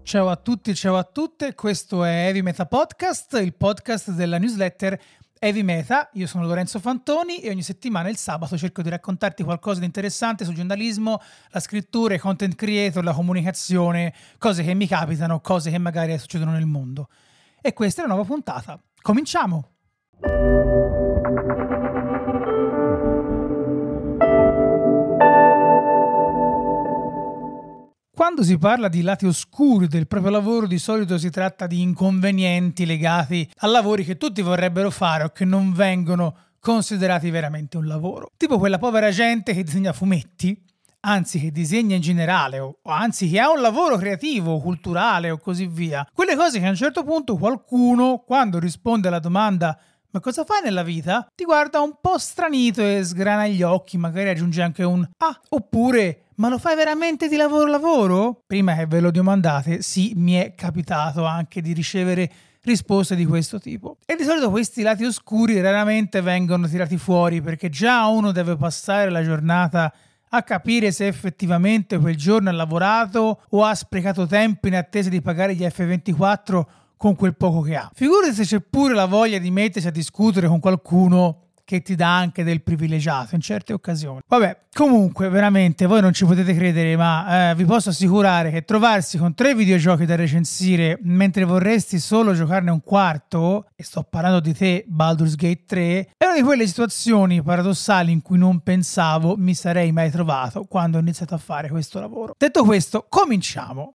Ciao a tutti, ciao a tutte, questo è Heavy Meta Podcast, il podcast della newsletter Heavy Meta. Io sono Lorenzo Fantoni e ogni settimana il sabato cerco di raccontarti qualcosa di interessante sul giornalismo, la scrittura, i content creator, la comunicazione, cose che mi capitano, cose che magari succedono nel mondo. E questa è una nuova puntata. Cominciamo! Quando si parla di lati oscuri del proprio lavoro, di solito si tratta di inconvenienti legati a lavori che tutti vorrebbero fare o che non vengono considerati veramente un lavoro. Tipo quella povera gente che disegna fumetti, anzi che disegna in generale, o anzi che ha un lavoro creativo, culturale o così via. Quelle cose che a un certo punto qualcuno, quando risponde alla domanda "ma cosa fai nella vita?", ti guarda un po' stranito e sgrana gli occhi, magari aggiunge anche un "ah", oppure "ma lo fai veramente di lavoro?". Prima che ve lo domandate, sì, mi è capitato anche di ricevere risposte di questo tipo. E di solito questi lati oscuri raramente vengono tirati fuori, perché già uno deve passare la giornata a capire se effettivamente quel giorno ha lavorato o ha sprecato tempo in attesa di pagare gli F24 con quel poco che ha. Figurati se c'è pure la voglia di mettersi a discutere con qualcuno che ti dà anche del privilegiato in certe occasioni. Vabbè, comunque, veramente, voi non ci potete credere, ma vi posso assicurare che trovarsi con 3 videogiochi da recensire mentre vorresti solo giocarne un quarto, e sto parlando di te, Baldur's Gate 3, è una di quelle situazioni paradossali in cui non pensavo mi sarei mai trovato quando ho iniziato a fare questo lavoro. Detto questo, cominciamo!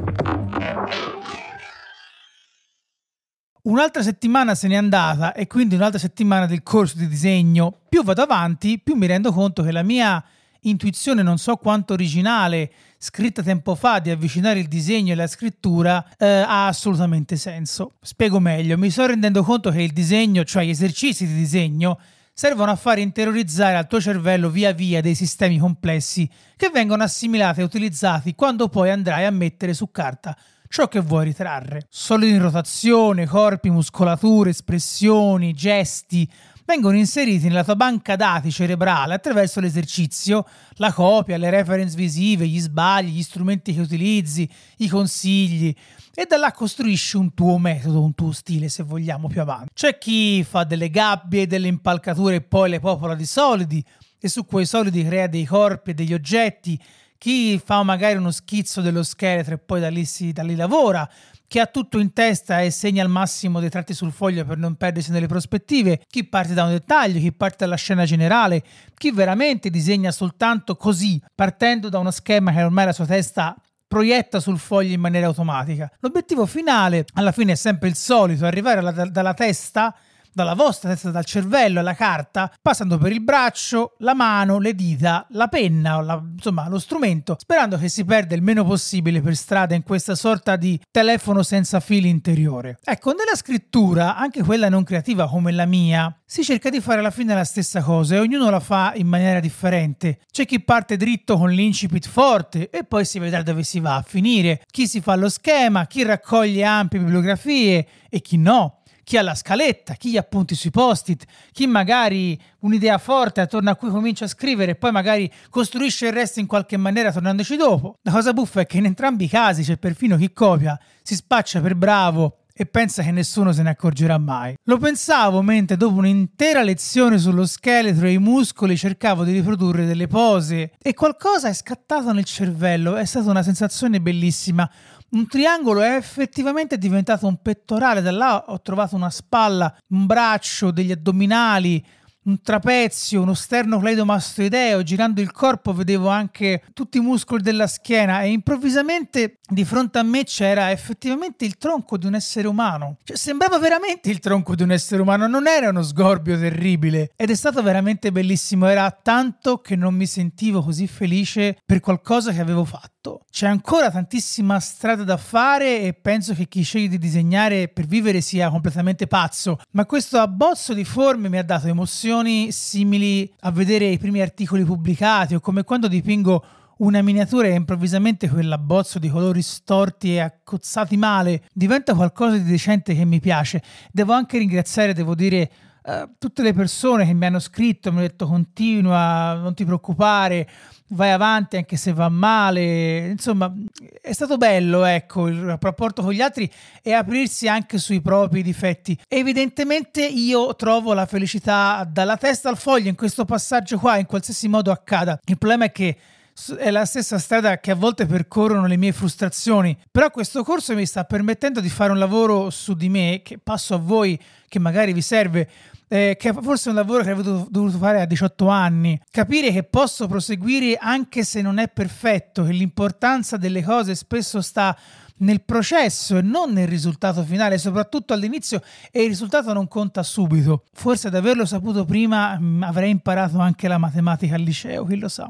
Un'altra settimana se n'è andata e quindi un'altra settimana del corso di disegno. Più vado avanti, più mi rendo conto che la mia intuizione, non so quanto originale, scritta tempo fa, di avvicinare il disegno e la scrittura ha assolutamente senso. Spiego meglio. Mi sto rendendo conto che il disegno, cioè gli esercizi di disegno, servono a far interiorizzare al tuo cervello via via dei sistemi complessi che vengono assimilati e utilizzati quando poi andrai a mettere su carta ciò che vuoi ritrarre. Solidi in rotazione, corpi, muscolature, espressioni, gesti vengono inseriti nella tua banca dati cerebrale attraverso l'esercizio, la copia, le reference visive, gli sbagli, gli strumenti che utilizzi, i consigli, e da là costruisci un tuo metodo, un tuo stile, se vogliamo, più avanti. C'è chi fa delle gabbie, delle impalcature e poi le popola di solidi, e su quei solidi crea dei corpi e degli oggetti. Chi fa magari uno schizzo dello scheletro e poi da lì lavora, chi ha tutto in testa e segna al massimo dei tratti sul foglio per non perdersi nelle prospettive, chi parte da un dettaglio, chi parte dalla scena generale, chi veramente disegna soltanto così, partendo da uno schema che ormai la sua testa proietta sul foglio in maniera automatica. L'obiettivo finale alla fine è sempre il solito: arrivare dalla testa, dalla vostra testa, dal cervello alla carta, passando per il braccio, la mano, le dita, la penna, insomma lo strumento, sperando che si perda il meno possibile per strada in questa sorta di telefono senza fili interiore. Ecco, nella scrittura, anche quella non creativa come la mia, si cerca di fare alla fine la stessa cosa e ognuno la fa in maniera differente. C'è chi parte dritto con l'incipit forte e poi si vedrà dove si va a finire, chi si fa lo schema, chi raccoglie ampie bibliografie e chi no. Chi ha la scaletta, chi gli appunti sui post-it, chi magari un'idea forte attorno a cui comincia a scrivere e poi magari costruisce il resto in qualche maniera tornandoci dopo. La cosa buffa è che in entrambi i casi c'è perfino chi copia, si spaccia per bravo e pensa che nessuno se ne accorgerà mai. Lo pensavo mentre dopo un'intera lezione sullo scheletro e i muscoli cercavo di riprodurre delle pose e qualcosa è scattato nel cervello. È stata una sensazione bellissima. Un triangolo è effettivamente diventato un pettorale, da là ho trovato una spalla, un braccio, degli addominali, un trapezio, uno sternocleidomastoideo. Girando il corpo vedevo anche tutti i muscoli della schiena e improvvisamente di fronte a me c'era effettivamente il tronco di un essere umano. Cioè, sembrava veramente il tronco di un essere umano, non era uno sgorbio terribile, ed è stato veramente bellissimo. Era tanto che non mi sentivo così felice per qualcosa che avevo fatto. C'è ancora tantissima strada da fare e penso che chi sceglie di disegnare per vivere sia completamente pazzo, ma questo abbozzo di forme mi ha dato emozioni simili a vedere i primi articoli pubblicati o come quando dipingo una miniatura e improvvisamente quell'abbozzo di colori storti e accozzati male diventa qualcosa di decente che mi piace. Devo anche ringraziare, devo dire, tutte le persone che mi hanno scritto mi hanno detto continua, non ti preoccupare, vai avanti anche se va male. Insomma, è stato bello, ecco, il rapporto con gli altri e aprirsi anche sui propri difetti. Evidentemente io trovo la felicità dalla testa al foglio in questo passaggio qua, in qualsiasi modo accada. Il problema è che è la stessa strada che a volte percorrono le mie frustrazioni, però questo corso mi sta permettendo di fare un lavoro su di me che passo a voi, che magari vi serve, che forse è un lavoro che avevo dovuto fare a 18 anni. Capire che posso proseguire anche se non è perfetto, che l'importanza delle cose spesso sta nel processo e non nel risultato finale, soprattutto all'inizio, e il risultato non conta subito. Forse ad averlo saputo prima avrei imparato anche la matematica al liceo, chi lo sa.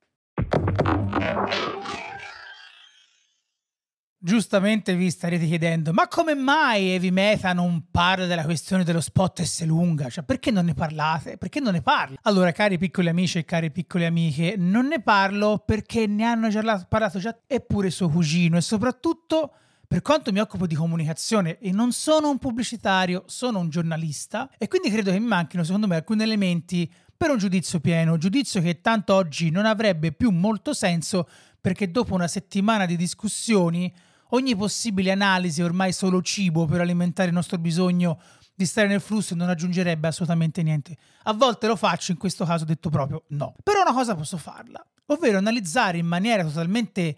Giustamente vi starete chiedendo, ma come mai Heavy Meta non parla della questione dello spot S lunga? Cioè, perché non ne parlate? Perché non ne parlo? Allora, cari piccoli amici e cari piccole amiche, non ne parlo perché ne hanno già parlato già eppure suo cugino, e soprattutto per quanto mi occupo di comunicazione e non sono un pubblicitario, sono un giornalista, e quindi credo che mi manchino, secondo me, alcuni elementi per un giudizio pieno, giudizio che tanto oggi non avrebbe più molto senso, perché dopo una settimana di discussioni ogni possibile analisi è ormai solo cibo per alimentare il nostro bisogno di stare nel flusso e non aggiungerebbe assolutamente niente. A volte lo faccio, in questo caso ho detto proprio no. Però una cosa posso farla, ovvero analizzare in maniera totalmente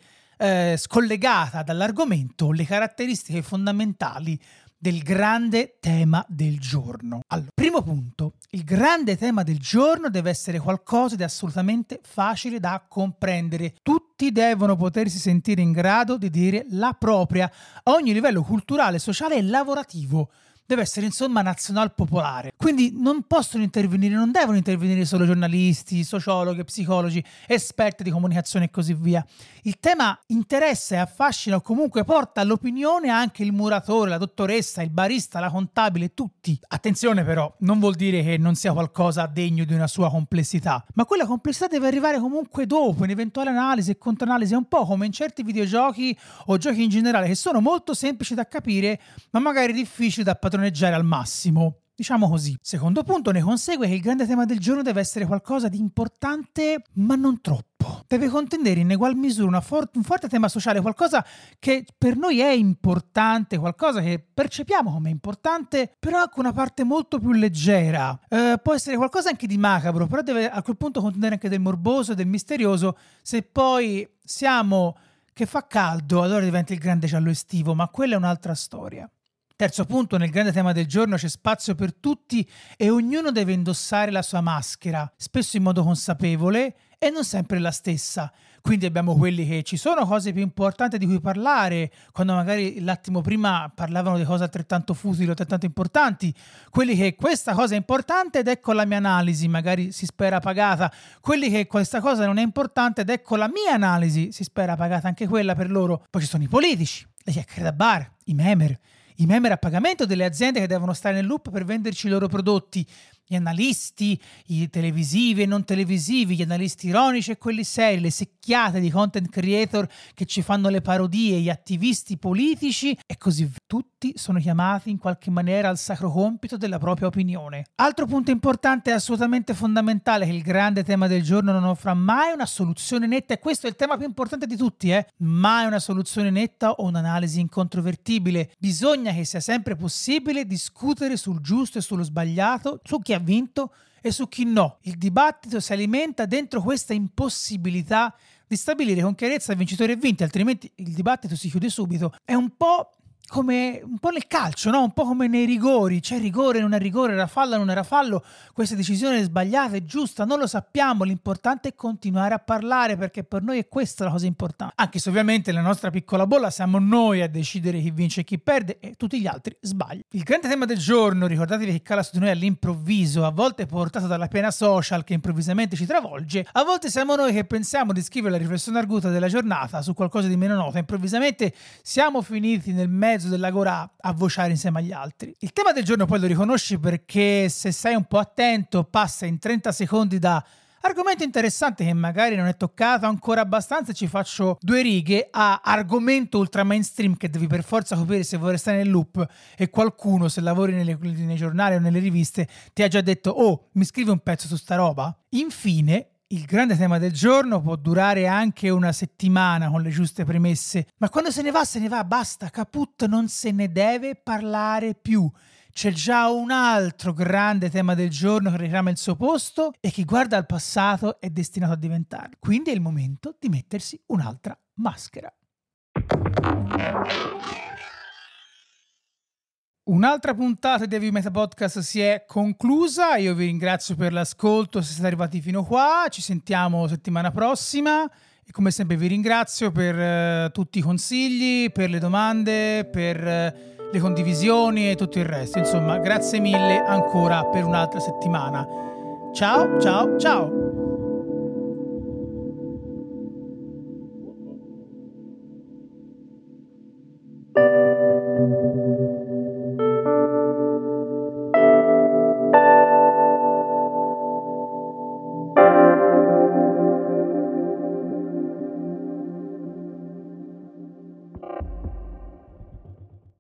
scollegata dall'argomento le caratteristiche fondamentali del grande tema del giorno. Allora, primo punto, il grande tema del giorno deve essere qualcosa di assolutamente facile da comprendere. Tutti devono potersi sentire in grado di dire la propria a ogni livello culturale, sociale e lavorativo. Deve essere insomma nazional popolare. Quindi non possono intervenire, non devono intervenire solo giornalisti, sociologhi, psicologi, esperti di comunicazione e così via. Il tema interessa e affascina, o comunque porta all'opinione anche il muratore, la dottoressa, il barista, la contabile, tutti. Attenzione però, non vuol dire che non sia qualcosa degno di una sua complessità, ma quella complessità deve arrivare comunque dopo, in eventuale analisi e controanalisi. È un po' come in certi videogiochi o giochi in generale che sono molto semplici da capire, ma magari difficili da padroneggiare al massimo. Diciamo così. Secondo punto, ne consegue che il grande tema del giorno deve essere qualcosa di importante, ma non troppo. Deve contenere in egual misura un forte tema sociale, qualcosa che per noi è importante, qualcosa che percepiamo come importante, però anche una parte molto più leggera. Può essere qualcosa anche di macabro, però deve a quel punto contenere anche del morboso e del misterioso. Se poi siamo che fa caldo, allora diventa il grande giallo estivo, ma quella è un'altra storia. Terzo punto, nel grande tema del giorno c'è spazio per tutti e ognuno deve indossare la sua maschera, spesso in modo consapevole e non sempre la stessa. Quindi abbiamo quelli che ci sono cose più importanti di cui parlare, quando magari l'attimo prima parlavano di cose altrettanto futili, altrettanto importanti. Quelli che questa cosa è importante ed ecco la mia analisi, magari si spera pagata. Quelli che questa cosa non è importante ed ecco la mia analisi, si spera pagata anche quella per loro. Poi ci sono i politici, le chiacchiere da bar, i memer a pagamento delle aziende che devono stare nel loop per venderci i loro prodotti, gli analisti, i televisivi e non televisivi, gli analisti ironici e quelli seri, le secchiate di content creator che ci fanno le parodie, gli attivisti politici e così via. Tutti sono chiamati in qualche maniera al sacro compito della propria opinione. Altro punto importante e assolutamente fondamentale, che il grande tema del giorno non offra mai una soluzione netta, e questo è il tema più importante di tutti, mai una soluzione netta o un'analisi incontrovertibile. Bisogna che sia sempre possibile discutere sul giusto e sullo sbagliato, su chi ha vinto e su chi no. Il dibattito si alimenta dentro questa impossibilità di stabilire con chiarezza vincitori e vinti, altrimenti il dibattito si chiude subito. È un po' come un po' nel calcio, no? Un po' come nei rigori, c'è rigore, non è rigore, era fallo, non era fallo, questa decisione è sbagliata, è giusta, non lo sappiamo, l'importante è continuare a parlare, perché per noi è questa la cosa importante, anche se ovviamente nella nostra piccola bolla siamo noi a decidere chi vince e chi perde e tutti gli altri sbagliano. Il grande tema del giorno, ricordatevi che cala su di noi all'improvviso, a volte portato dalla piena social che improvvisamente ci travolge, a volte siamo noi che pensiamo di scrivere la riflessione arguta della giornata su qualcosa di meno noto, improvvisamente siamo finiti nel mezzo dell'agorà a vociare insieme agli altri. Il tema del giorno poi lo riconosci perché, se sei un po' attento, passa in 30 secondi da Argomento interessante che magari non è toccato ancora abbastanza, ci faccio 2 righe a argomento ultra mainstream che devi per forza coprire se vuoi restare nel loop, e qualcuno, se lavori nei giornali o nelle riviste, ti ha già detto «Oh, mi scrivi un pezzo su sta roba?» Infine, il grande tema del giorno può durare anche una settimana con le giuste premesse, ma quando se ne va, basta, caput, non se ne deve parlare più. C'è già un altro grande tema del giorno che reclama il suo posto e chi guarda al passato è destinato a diventarlo. Quindi è il momento di mettersi un'altra maschera. Un'altra puntata di Heavy Meta Podcast si è conclusa. Io vi ringrazio per l'ascolto, se siete arrivati fino qua. Ci sentiamo settimana prossima. E come sempre vi ringrazio per tutti i consigli, per le domande, per le condivisioni e tutto il resto. Insomma, grazie mille ancora per un'altra settimana. Ciao, ciao, ciao!